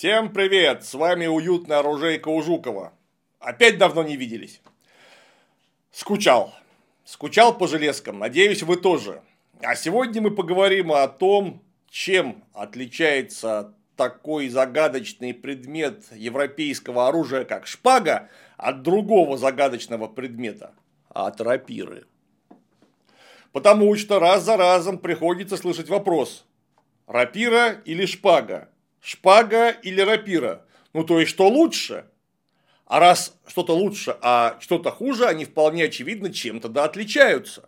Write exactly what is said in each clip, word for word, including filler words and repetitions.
Всем привет! С вами уютная оружейка у Жукова. Опять давно не виделись. Скучал. Скучал по железкам. Надеюсь, вы тоже. А сегодня мы поговорим о том, чем отличается такой загадочный предмет европейского оружия, как шпага, от другого загадочного предмета – от рапиры. Потому что раз за разом приходится слышать вопрос: рапира или шпага? Шпага или рапира? Ну, то есть, что лучше? А раз что-то лучше, а что-то хуже, они вполне очевидно чем-то да отличаются.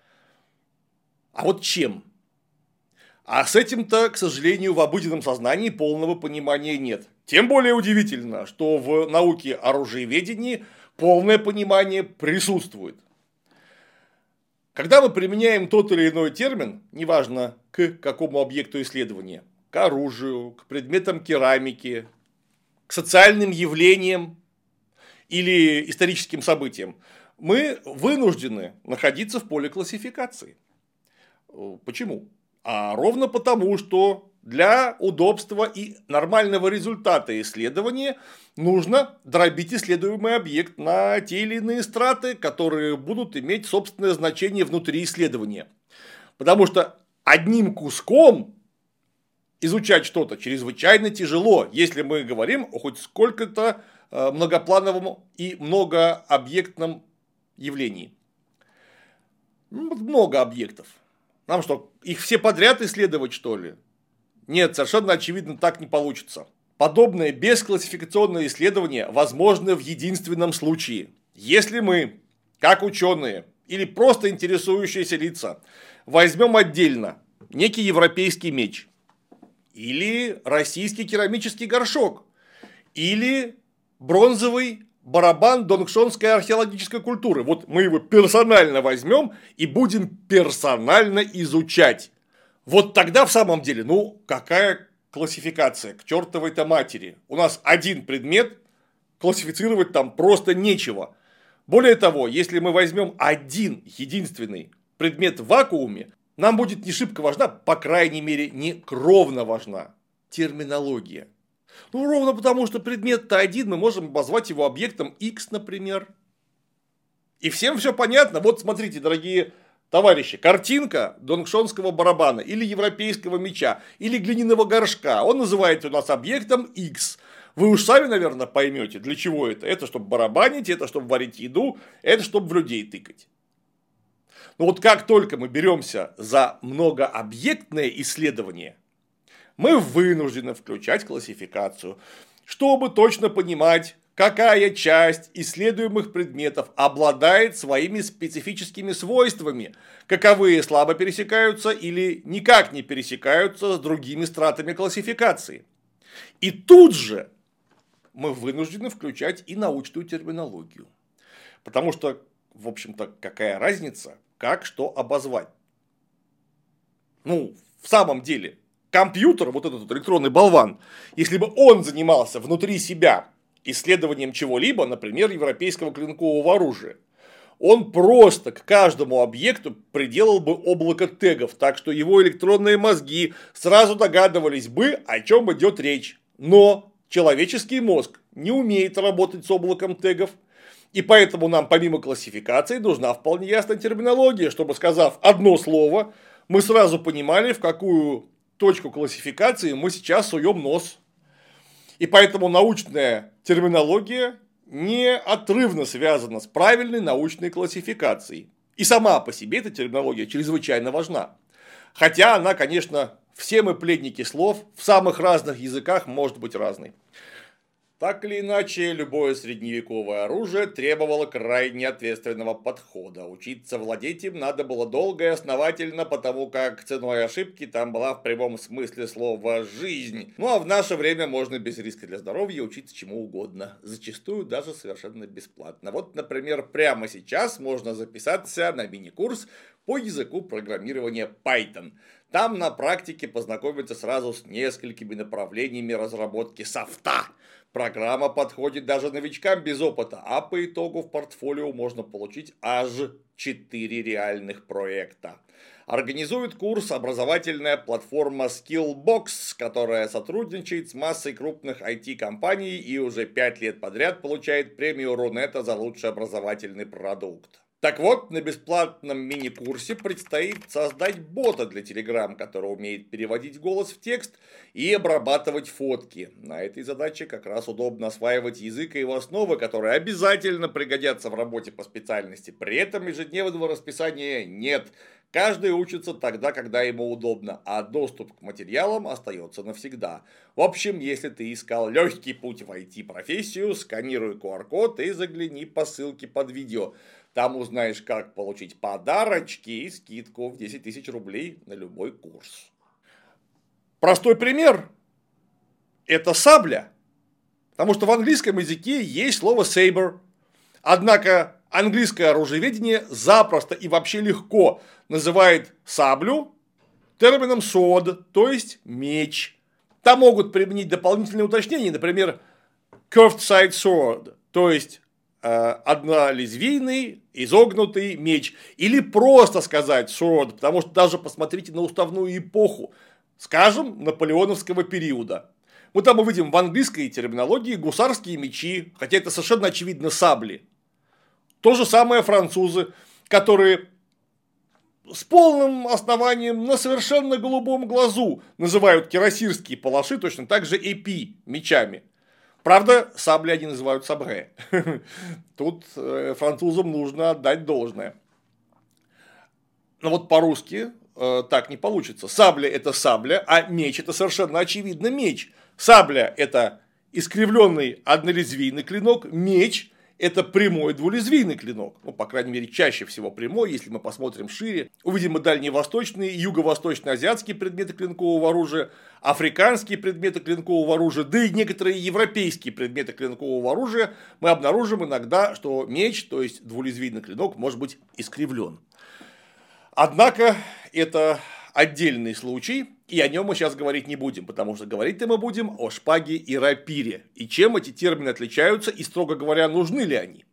А вот чем? А с этим-то, к сожалению, в обыденном сознании полного понимания нет. Тем более удивительно, что в науке оружиеведении полное понимание присутствует. Когда мы применяем тот или иной термин, неважно к какому объекту исследования, к оружию, к предметам керамики, к социальным явлениям или историческим событиям, мы вынуждены находиться в поле классификации. Почему? А ровно потому, что для удобства и нормального результата исследования нужно дробить исследуемый объект на те или иные страты, которые будут иметь собственное значение внутри исследования. Потому что одним куском изучать что-то чрезвычайно тяжело, если мы говорим о хоть сколько-то многоплановом и многообъектном явлении. Много объектов. Нам что, их все подряд исследовать, что ли? Нет, совершенно очевидно, так не получится. Подобное бесклассификационное исследование возможно в единственном случае. Если мы, как ученые или просто интересующиеся лица, возьмем отдельно некий европейский меч, или российский керамический горшок, или бронзовый барабан донгшонской археологической культуры. Вот мы его персонально возьмем и будем персонально изучать. Вот тогда в самом деле, ну, какая классификация? К чертовой-то матери. У нас один предмет, классифицировать там просто нечего. Более того, если мы возьмем один единственный предмет в вакууме, нам будет не шибко важна, по крайней мере, не кровно важна терминология. Ну, ровно потому, что предмет-то один, мы можем обозвать его объектом X, например. И всем все понятно. Вот смотрите, дорогие товарищи, картинка донгшонского барабана, или европейского меча, или глиняного горшка. Он называется у нас объектом X. Вы уж сами, наверное, поймете, для чего это. Это чтобы барабанить, это чтобы варить еду, это чтобы в людей тыкать. Но вот как только мы беремся за многообъектное исследование, мы вынуждены включать классификацию, чтобы точно понимать, какая часть исследуемых предметов обладает своими специфическими свойствами, каковые слабо пересекаются или никак не пересекаются с другими стратами классификации. И тут же мы вынуждены включать и научную терминологию. Потому что, в общем-то, какая разница, как что обозвать? Ну, в самом деле, компьютер, вот этот электронный болван, если бы он занимался внутри себя исследованием чего-либо, например, европейского клинкового оружия, он просто к каждому объекту приделал бы облако тегов, так что его электронные мозги сразу догадывались бы, о чем идет речь. Но человеческий мозг не умеет работать с облаком тегов. И поэтому нам помимо классификации нужна вполне ясная терминология, чтобы, сказав одно слово, мы сразу понимали, в какую точку классификации мы сейчас суем нос. И поэтому научная терминология неотрывно связана с правильной научной классификацией. И сама по себе эта терминология чрезвычайно важна. Хотя она, конечно, все мы плетники слов, в самых разных языках может быть разной. Так или иначе, любое средневековое оружие требовало крайне ответственного подхода. Учиться владеть им надо было долго и основательно, потому как ценой ошибки там была в прямом смысле слова жизнь. Ну а в наше время можно без риска для здоровья учиться чему угодно. Зачастую даже совершенно бесплатно. Вот, например, прямо сейчас можно записаться на мини-курс по языку программирования Python. Там на практике познакомиться сразу с несколькими направлениями разработки софта. Программа подходит даже новичкам без опыта, а по итогу в портфолио можно получить аж четыре реальных проекта. Организует курс образовательная платформа Skillbox, которая сотрудничает с массой крупных ай ти-компаний и уже пять лет подряд получает премию Рунета за лучший образовательный продукт. Так вот, на бесплатном мини-курсе предстоит создать бота для Telegram, который умеет переводить голос в текст и обрабатывать фотки. На этой задаче как раз удобно осваивать язык и его основы, которые обязательно пригодятся в работе по специальности. При этом ежедневного расписания нет. Каждый учится тогда, когда ему удобно, а доступ к материалам остается навсегда. В общем, если ты искал легкий путь в ай ти-профессию, сканируй ку ар код и загляни по ссылке под видео. Там узнаешь, как получить подарочки и скидку в десять тысяч рублей на любой курс. Простой пример – это сабля. Потому что в английском языке есть слово saber. Однако английское оружиеведение запросто и вообще легко называет саблю термином sword, то есть меч. Там могут применить дополнительные уточнения, например, curved side sword, то есть однолезвийный изогнутый меч. Или просто сказать sword, потому что даже посмотрите на уставную эпоху, скажем, наполеоновского периода. Мы там увидим в английской терминологии гусарские мечи, хотя это совершенно очевидно сабли. То же самое французы, которые с полным основанием на совершенно голубом глазу называют кирасирские палаши точно так же эпи мечами. Правда, сабли они называют сабре. Тут французам нужно отдать должное. Но вот по-русски так не получится. Сабля – это сабля, а меч – это совершенно очевидно меч. Сабля – это искривленный однолезвийный клинок, меч – это прямой двулезвийный клинок. Ну, по крайней мере, чаще всего прямой, если мы посмотрим шире. Увидим и дальневосточные, юго-восточно-азиатские предметы клинкового оружия, африканские предметы клинкового оружия, да и некоторые европейские предметы клинкового оружия. Мы обнаружим иногда, что меч, то есть двулезвийный клинок, может быть искривлен. Однако, это отдельный случай, и о нем мы сейчас говорить не будем, потому что говорить-то мы будем о шпаге и рапире, и чем эти термины отличаются, и, строго говоря, нужны ли они.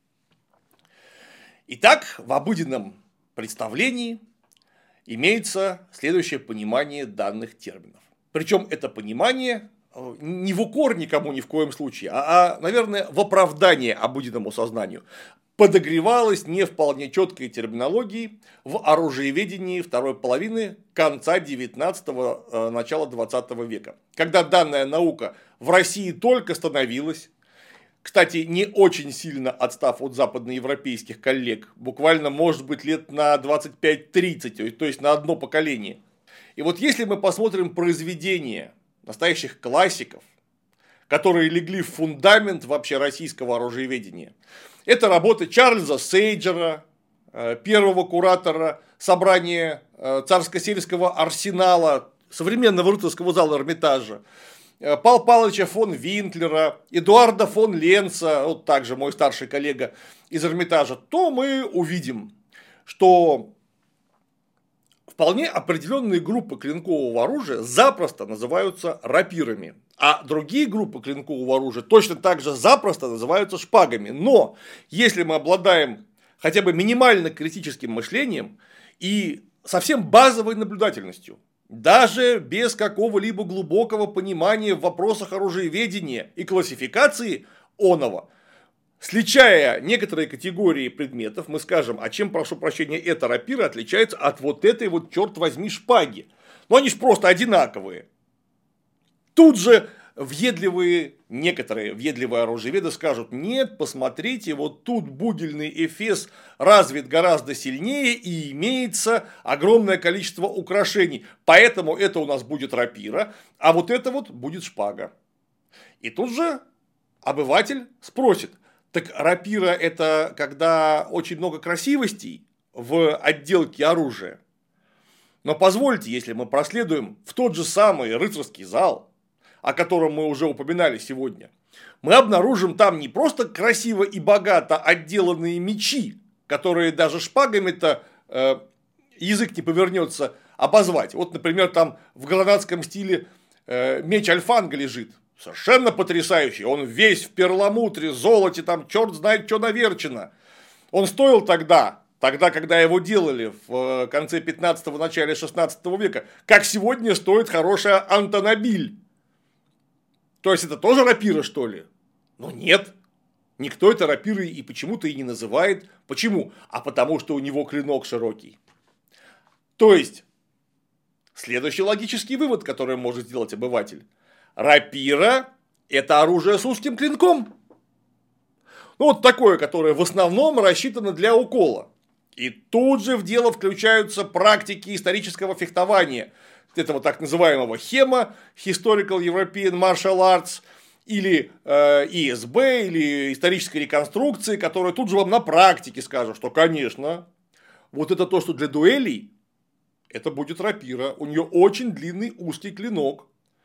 Итак, в обыденном представлении имеется следующее понимание данных терминов. Причем это понимание не в укор никому ни в коем случае, а, наверное, в оправдание обыденному сознанию. Подогревалась не вполне четкой терминологией в оружиеведении второй половины конца девятнадцатого – начала двадцатого века. Когда данная наука в России только становилась, кстати, не очень сильно отстав от западноевропейских коллег, буквально, может быть, лет на двадцать пять тридцать, то есть на одно поколение. И вот если мы посмотрим произведения настоящих классиков, которые легли в фундамент вообще российского оружиеведения, это работы Чарльза Сейджера, первого куратора собрания царско-сельского арсенала, современного рыцарского зала Эрмитажа, Павла Павловича фон Винклера, Эдуарда фон Ленца, вот также мой старший коллега из Эрмитажа, то мы увидим, что вполне определенные группы клинкового оружия запросто называются рапирами, а другие группы клинкового оружия точно так же запросто называются шпагами. Но если мы обладаем хотя бы минимально критическим мышлением и совсем базовой наблюдательностью, даже без какого-либо глубокого понимания в вопросах оружиеведения и классификации оного, сличая некоторые категории предметов, мы скажем, а чем, прошу прощения, эта рапира отличается от вот этой вот, черт возьми, шпаги. Но они же просто одинаковые. Тут же въедливые, некоторые въедливые оружиеведы скажут: нет, посмотрите, вот тут бугельный эфес развит гораздо сильнее и имеется огромное количество украшений, поэтому это у нас будет рапира, а вот это вот будет шпага. И тут же обыватель спросит: так рапира – это когда очень много красивостей в отделке оружия? Но позвольте, если мы проследуем в тот же самый рыцарский зал, о котором мы уже упоминали сегодня, мы обнаружим там не просто красиво и богато отделанные мечи, которые даже шпагами-то э, язык не повернется обозвать. Вот, например, там в гранадском стиле э, меч Альфанга лежит. Совершенно потрясающий. Он весь в перламутре, золоте, там черт знает, что наверчено. Он стоил тогда, тогда, когда его делали в конце пятнадцатого, начале шестнадцатого века, как сегодня стоит хорошая антонобиль. То есть это тоже рапира, что ли? Ну нет. Никто это рапирой и почему-то и не называет. Почему? А потому что у него клинок широкий. То есть, следующий логический вывод, который может сделать обыватель. Рапира – это оружие с узким клинком. Ну, вот такое, которое в основном рассчитано для укола. И тут же в дело включаются практики исторического фехтования. Этого так называемого хема, Historical European Martial Arts, или э, и эс бэ, или исторической реконструкции, которые тут же вам на практике скажут, что, конечно, вот это то, что для дуэлей, это будет рапира. У нее очень длинный узкий клинок.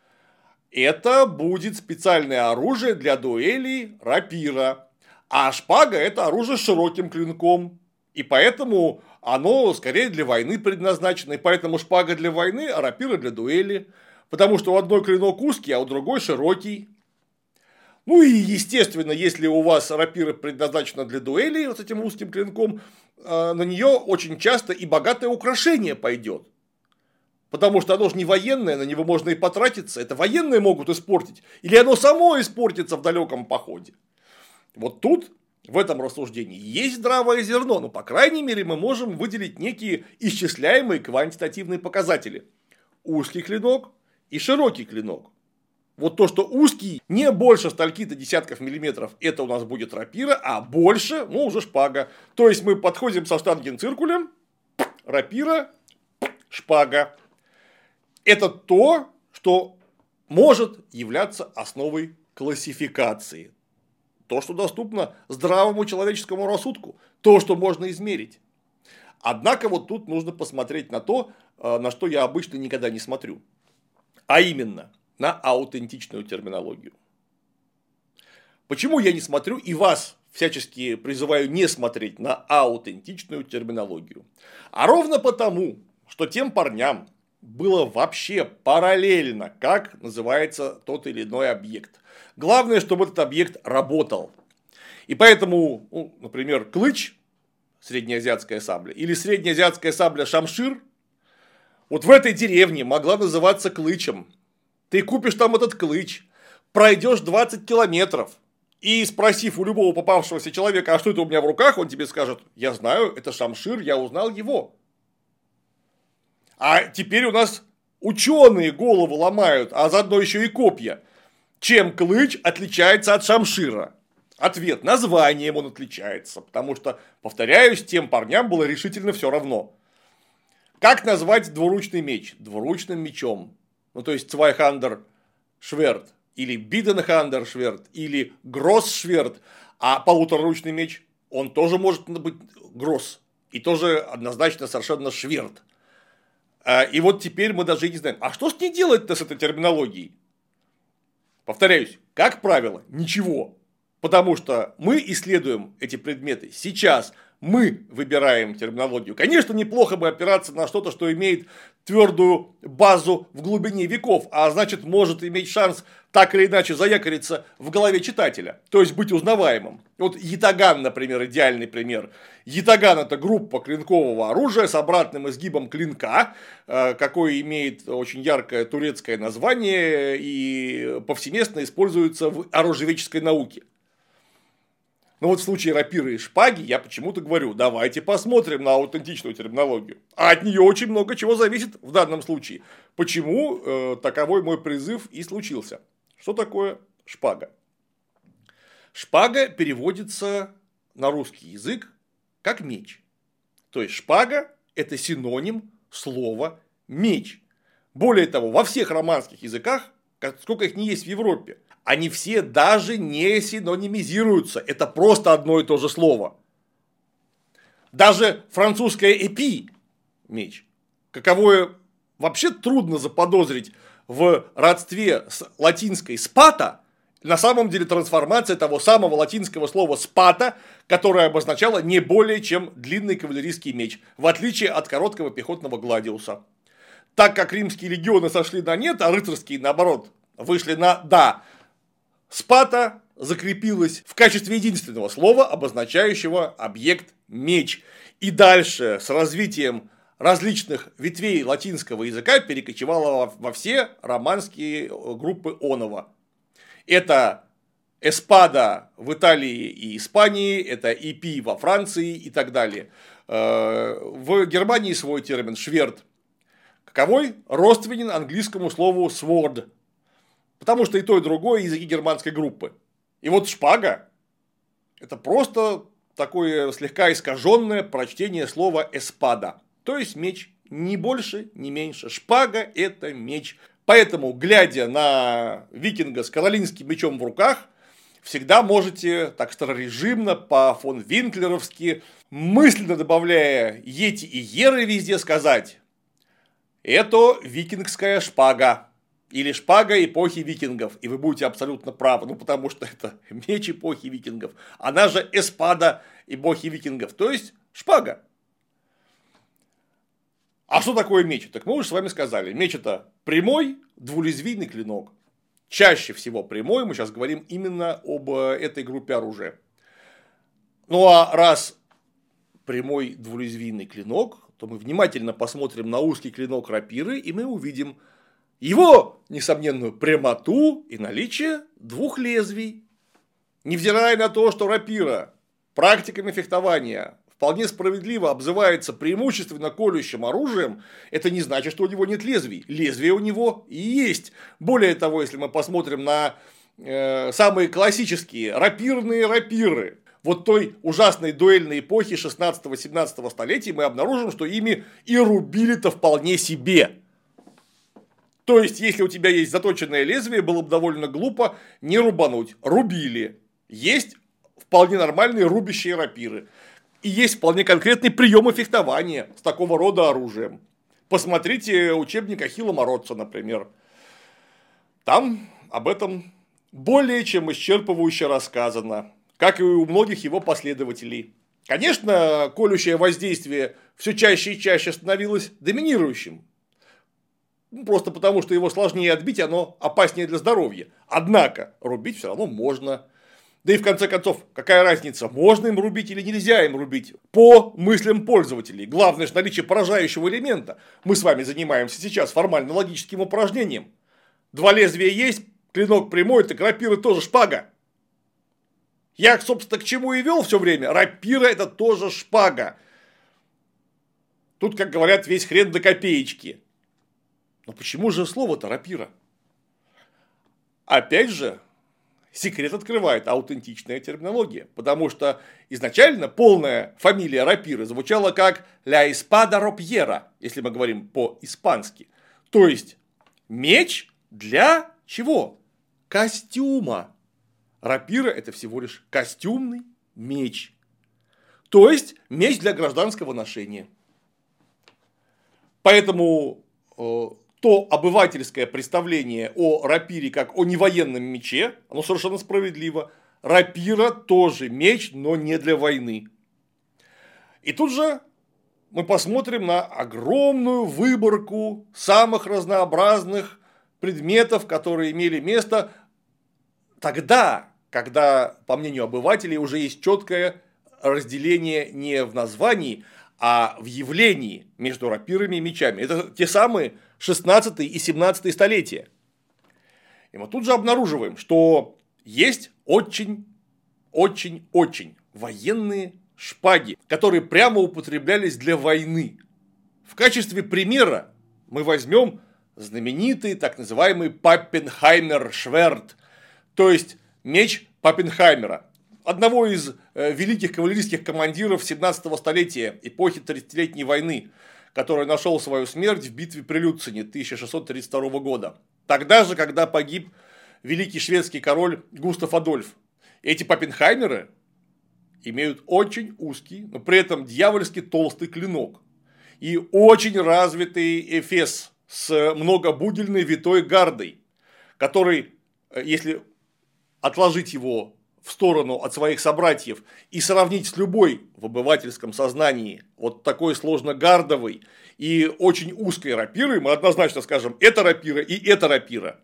Это будет специальное оружие для дуэлей рапира. А шпага – это оружие с широким клинком. И поэтому оно скорее для войны предназначено. И поэтому шпага для войны, а рапира для дуэли. Потому что у одной клинок узкий, а у другой широкий. Ну и естественно, если у вас рапира предназначена для дуэли вот с этим узким клинком, на нее очень часто и богатое украшение пойдет. Потому что оно же не военное, на него можно и потратиться. Это военные могут испортить. Или оно само испортится в далеком походе. Вот тут, в этом рассуждении, есть здравое зерно. Но, по крайней мере, мы можем выделить некие исчисляемые квантитативные показатели. Узкий клинок и широкий клинок. Вот то, что узкий, не больше стольки-то десятков миллиметров, это у нас будет рапира, а больше, ну, уже шпага. То есть, мы подходим со штангенциркулем, рапира, шпага. Это то, что может являться основой классификации. То, что доступно здравому человеческому рассудку. То, что можно измерить. Однако, вот тут нужно посмотреть на то, на что я обычно никогда не смотрю. А именно, на аутентичную терминологию. Почему я не смотрю и вас всячески призываю не смотреть на аутентичную терминологию? А ровно потому, что тем парням было вообще параллельно, как называется тот или иной объект. Главное, чтобы этот объект работал. И поэтому, ну, например, клыч, среднеазиатская сабля, или среднеазиатская сабля шамшир, вот в этой деревне могла называться клычем. Ты купишь там этот клыч, пройдешь двадцать километров, и спросив у любого попавшегося человека, а что это у меня в руках, он тебе скажет: я знаю, это шамшир, я узнал его. А теперь у нас ученые голову ломают, а заодно еще и копья. Чем клыч отличается от шамшира? Ответ: названием он отличается. Потому что, повторяюсь, тем парням было решительно все равно. Как назвать двуручный меч? Двуручным мечом. Ну, то есть, Цвайхандер Шверт, или Биденхандер Шверт, или Гросс Шверт. А полутораручный меч, он тоже может быть Гросс. И тоже однозначно совершенно Шверт. И вот теперь мы даже не знаем, а что с ней делать-то с этой терминологией? Повторяюсь, как правило, ничего. Потому что мы исследуем эти предметы сейчас, мы выбираем терминологию. Конечно, неплохо бы опираться на что-то, что имеет твердую базу в глубине веков, а значит, может иметь шанс так или иначе заякориться в голове читателя, то есть быть узнаваемым. Вот ятаган, например, идеальный пример. Ятаган – это группа клинкового оружия с обратным изгибом клинка, какой имеет очень яркое турецкое название и повсеместно используется в оружейнической науке. Но вот в случае рапиры и шпаги я почему-то говорю: давайте посмотрим на аутентичную терминологию. А от нее очень много чего зависит в данном случае. Почему э, таковой мой призыв и случился? Что такое шпага? Шпага переводится на русский язык как меч. То есть шпага – это синоним слова меч. Более того, во всех романских языках, сколько их не есть в Европе, они все даже не синонимизируются. Это просто одно и то же слово. Даже французское «эпи» – меч, каковое вообще трудно заподозрить в родстве с латинской «спата», на самом деле трансформация того самого латинского слова «спата», которое обозначало не более чем длинный кавалерийский меч, в отличие от короткого пехотного гладиуса. Так как римские легионы сошли на нет, а рыцарские, наоборот, вышли на да, спата закрепилась в качестве единственного слова, обозначающего объект меч. И дальше с развитием различных ветвей латинского языка перекочевала во все романские группы онова. Это эспада в Италии и Испании, это эпи во Франции и так далее. В Германии свой термин шверд. Каковой? Родственен английскому слову sword. Потому что и то, и другое языки германской группы. И вот шпага – это просто такое слегка искаженное прочтение слова эспада. То есть меч, ни больше, ни меньше. Шпага – это меч. Поэтому, глядя на викинга с каролинским мечом в руках, всегда можете так старорежимно, по-фон-винклеровски, мысленно добавляя ети и еры везде сказать: это викингская шпага. Или шпага эпохи викингов. И вы будете абсолютно правы. Ну, потому что это меч эпохи викингов. Она же эспада эпохи викингов. То есть шпага. А что такое меч? Так мы уже с вами сказали. Меч – это прямой двулезвийный клинок. Чаще всего прямой. Мы сейчас говорим именно об этой группе оружия. Ну, а раз прямой двулезвийный клинок, то мы внимательно посмотрим на узкий клинок рапиры, и мы увидим его несомненную прямоту и наличие двух лезвий. Невзирая на то, что рапира практиками фехтования вполне справедливо обзывается преимущественно колющим оружием, это не значит, что у него нет лезвий. Лезвия у него и есть. Более того, если мы посмотрим на э, самые классические рапирные рапиры вот той ужасной дуэльной эпохи шестнадцатого-семнадцатого столетий, мы обнаружим, что ими и рубили-то вполне себе. То есть, если у тебя есть заточенное лезвие, было бы довольно глупо не рубануть. Рубили. Есть вполне нормальные рубящие рапиры. И есть вполне конкретные приемы фехтования с такого рода оружием. Посмотрите учебник Ахилла Морозца, например. Там об этом более чем исчерпывающе рассказано, как и у многих его последователей. Конечно, колющее воздействие все чаще и чаще становилось доминирующим. Просто потому, что его сложнее отбить, оно опаснее для здоровья. Однако, рубить все равно можно. Да и в конце концов, какая разница, можно им рубить или нельзя им рубить? По мыслям пользователей. Главное же наличие поражающего элемента. Мы с вами занимаемся сейчас формально-логическим упражнением. Два лезвия есть, клинок прямой, так рапира тоже шпага. Я, собственно, к чему и вел все время. Рапира – это тоже шпага. Тут, как говорят, весь хрен до копеечки. Но почему же слово-то рапира? Опять же, секрет открывает аутентичная терминология. Потому что изначально полная фамилия рапиры звучала как «La espada ropiera», если мы говорим по-испански. То есть, меч для чего? Костюма. Рапира – это всего лишь костюмный меч. То есть, меч для гражданского ношения. Поэтому то обывательское представление о рапире как о невоенном мече, оно совершенно справедливо. Рапира тоже меч, но не для войны. И тут же мы посмотрим на огромную выборку самых разнообразных предметов, которые имели место тогда, когда, по мнению обывателей, уже есть четкое разделение не в названии, а в явлении между рапирами и мечами. Это те самые шестнадцатое и семнадцатое столетия. И мы тут же обнаруживаем, что есть очень-очень-очень военные шпаги, которые прямо употреблялись для войны. В качестве примера мы возьмем знаменитый так называемый Паппенхаймер-шверд, то есть меч Паппенхаймера, одного из великих кавалерийских командиров семнадцатого столетия, эпохи тридцатилетней войны, который нашел свою смерть в битве при Люцине тысяча шестьсот тридцать второго года. Тогда же, когда погиб великий шведский король Густав Адольф. Эти Паппенхаймеры имеют очень узкий, но при этом дьявольски толстый клинок. И очень развитый эфес с многобудельной витой гардой, который, если отложить его в сторону от своих собратьев и сравнить с любой в обывательском сознании вот такой сложно-гардовой и очень узкой рапирой, мы однозначно скажем, это рапира и это рапира.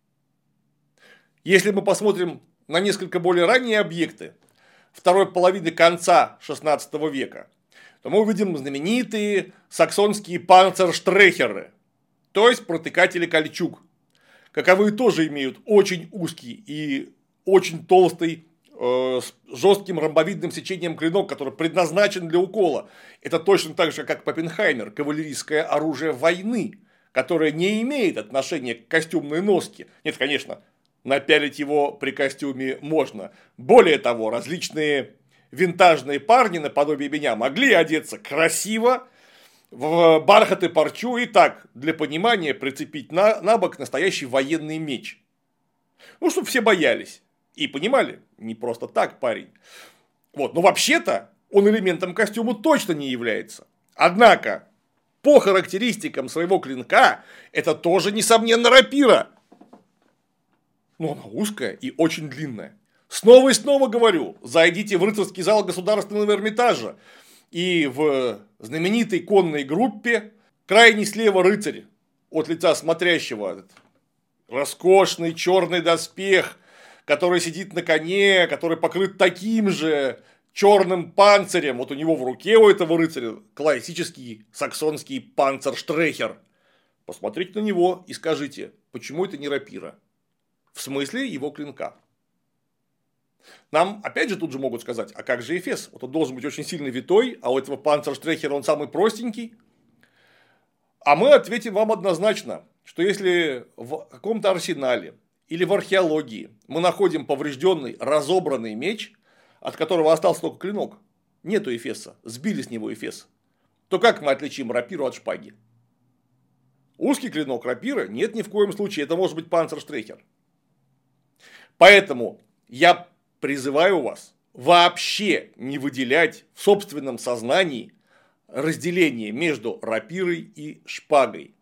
Если мы посмотрим на несколько более ранние объекты второй половины конца шестнадцатого века, то мы увидим знаменитые саксонские панцерштрехеры, то есть протыкатели кольчуг. Каковые тоже имеют очень узкий и очень толстый, э, с жестким ромбовидным сечением клинок, который предназначен для укола. Это точно так же, как Паппенхаймер, кавалерийское оружие войны, которое не имеет отношения к костюмной носке. Нет, конечно, напялить его при костюме можно. Более того, различные винтажные парни наподобие меня могли одеться красиво, в бархат и парчу, и так, для понимания, прицепить на, на бок настоящий военный меч. Ну, чтобы все боялись и понимали, не просто так парень. Вот, но вообще-то он элементом костюма точно не является. Однако, по характеристикам своего клинка, это тоже, несомненно, рапира. Но она узкая и очень длинная. Снова и снова говорю, зайдите в рыцарский зал Государственного Эрмитажа, и в знаменитой конной группе крайний слева рыцарь от лица смотрящего, этот роскошный черный доспех, который сидит на коне, который покрыт таким же черным панцирем. Вот у него в руке, у этого рыцаря, классический саксонский панцерштрехер. Посмотрите на него и скажите, почему это не рапира? В смысле его клинка. Нам опять же тут же могут сказать, а как же Эфес? Вот он должен быть очень сильно витой, а у этого панцерштрехера он самый простенький. А мы ответим вам однозначно, что если в каком-то арсенале или в археологии мы находим поврежденный, разобранный меч, от которого остался только клинок, нету Эфеса, сбили с него Эфес, то как мы отличим рапиру от шпаги? Узкий клинок рапира? Нет, ни в коем случае, это может быть панцерштрехер. Поэтому я призываю вас вообще не выделять в собственном сознании разделение между рапирой и шпагой.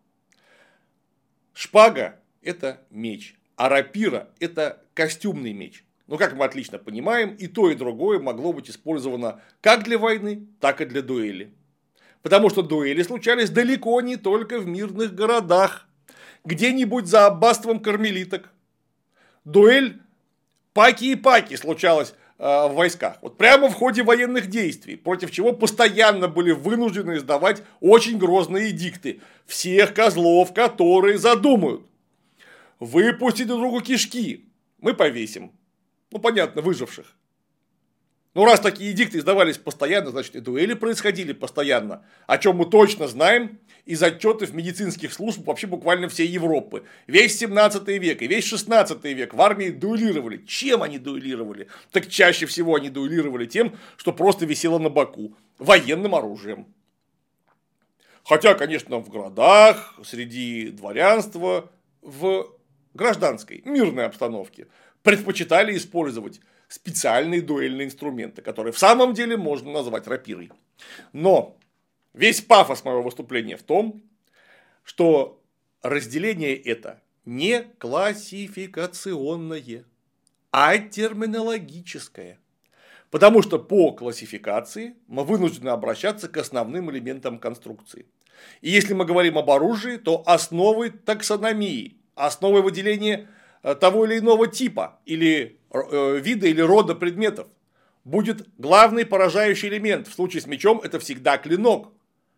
Шпага – это меч, а рапира – это костюмный меч. Но, как мы отлично понимаем, и то, и другое могло быть использовано как для войны, так и для дуэли. Потому что дуэли случались далеко не только в мирных городах, где-нибудь за аббатством кармелиток. Дуэль паки и паки случалась э, в войсках. Вот прямо в ходе военных действий, против чего постоянно были вынуждены издавать очень грозные эдикты. Всех козлов, которые задумают выпустить друг другу кишки, мы повесим. Ну, понятно, выживших. Ну, раз такие эдикты издавались постоянно, значит, и дуэли происходили постоянно. О чем мы точно знаем из отчетов медицинских служб вообще буквально всей Европы. Весь семнадцатый век и весь шестнадцатый век в армии дуэлировали. Чем они дуэлировали? Так чаще всего они дуэлировали тем, что просто висело на боку. Военным оружием. Хотя, конечно, в городах, среди дворянства, в гражданской, мирной обстановке предпочитали использовать специальные дуэльные инструменты, которые в самом деле можно назвать рапирой. Но весь пафос моего выступления в том, что разделение это не классификационное, а терминологическое. Потому что по классификации мы вынуждены обращаться к основным элементам конструкции. И если мы говорим об оружии, то основой таксономии, основой выделения того или иного типа, или э, вида, или рода предметов будет главный поражающий элемент. В случае с мечом это всегда клинок.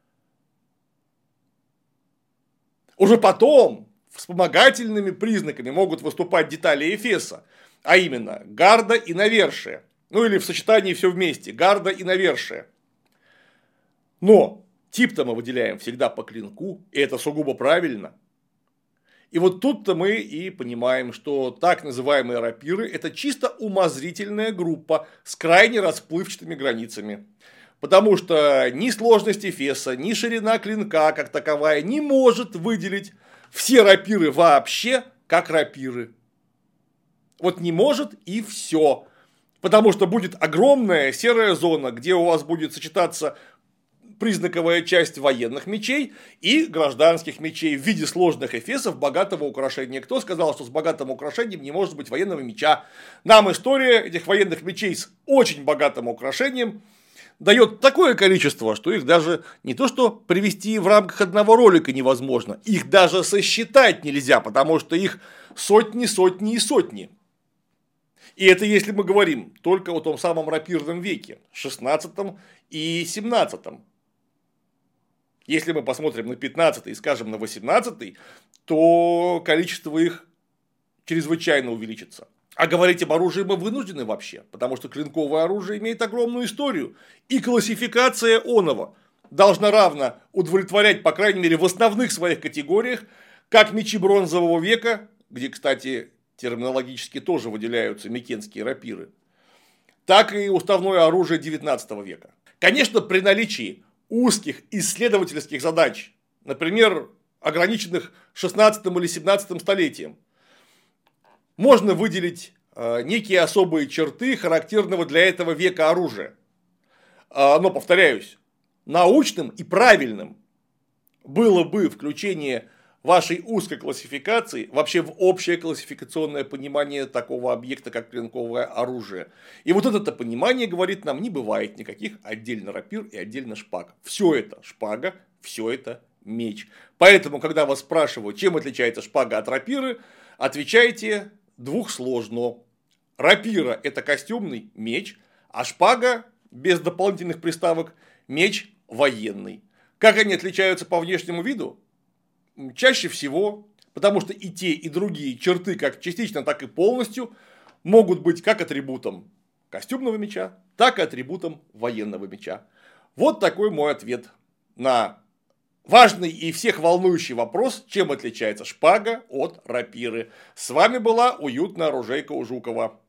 Уже потом вспомогательными признаками могут выступать детали эфеса, а именно гарда и навершие. Ну или в сочетании все вместе, гарда и навершие. Но тип-то мы выделяем всегда по клинку, и это сугубо правильно. И вот тут-то мы и понимаем, что так называемые рапиры – это чисто умозрительная группа с крайне расплывчатыми границами. Потому что ни сложность эфеса, ни ширина клинка как таковая не может выделить все рапиры вообще как рапиры. Вот не может и все. Потому что будет огромная серая зона, где у вас будет сочетаться признаковая часть военных мечей и гражданских мечей в виде сложных эфесов богатого украшения. Кто сказал, что с богатым украшением не может быть военного меча? Нам история этих военных мечей с очень богатым украшением дает такое количество, что их даже не то что привести в рамках одного ролика невозможно, их даже сосчитать нельзя, потому что их сотни, сотни и сотни. И это если мы говорим только о том самом рапирном веке, шестнадцатом и семнадцатом. Если мы посмотрим на пятнадцатый и скажем на восемнадцатый, то количество их чрезвычайно увеличится. А говорить об оружии мы вынуждены вообще, потому что клинковое оружие имеет огромную историю. И классификация оного должна равно удовлетворять, по крайней мере, в основных своих категориях, как мечи бронзового века, где, кстати, терминологически тоже выделяются микенские рапиры, так и уставное оружие девятнадцатого века. Конечно, при наличии узких исследовательских задач, например, ограниченных шестнадцатым или семнадцатым столетием, можно выделить некие особые черты характерного для этого века оружия. Но, повторяюсь, научным и правильным было бы включение вашей узкой классификации вообще в общее классификационное понимание такого объекта, как клинковое оружие. И вот это понимание говорит нам, не бывает никаких отдельно рапир и отдельно шпаг. Все это шпага, все это меч. Поэтому, когда вас спрашивают, чем отличается шпага от рапиры, отвечайте двухсложно. Рапира – это костюмный меч, а шпага, без дополнительных приставок, меч военный. Как они отличаются по внешнему виду? Чаще всего, потому что и те, и другие черты, как частично, так и полностью, могут быть как атрибутом костюмного меча, так и атрибутом военного меча. Вот такой мой ответ на важный и всех волнующий вопрос, чем отличается шпага от рапиры. С вами была уютная оружейка у Жукова.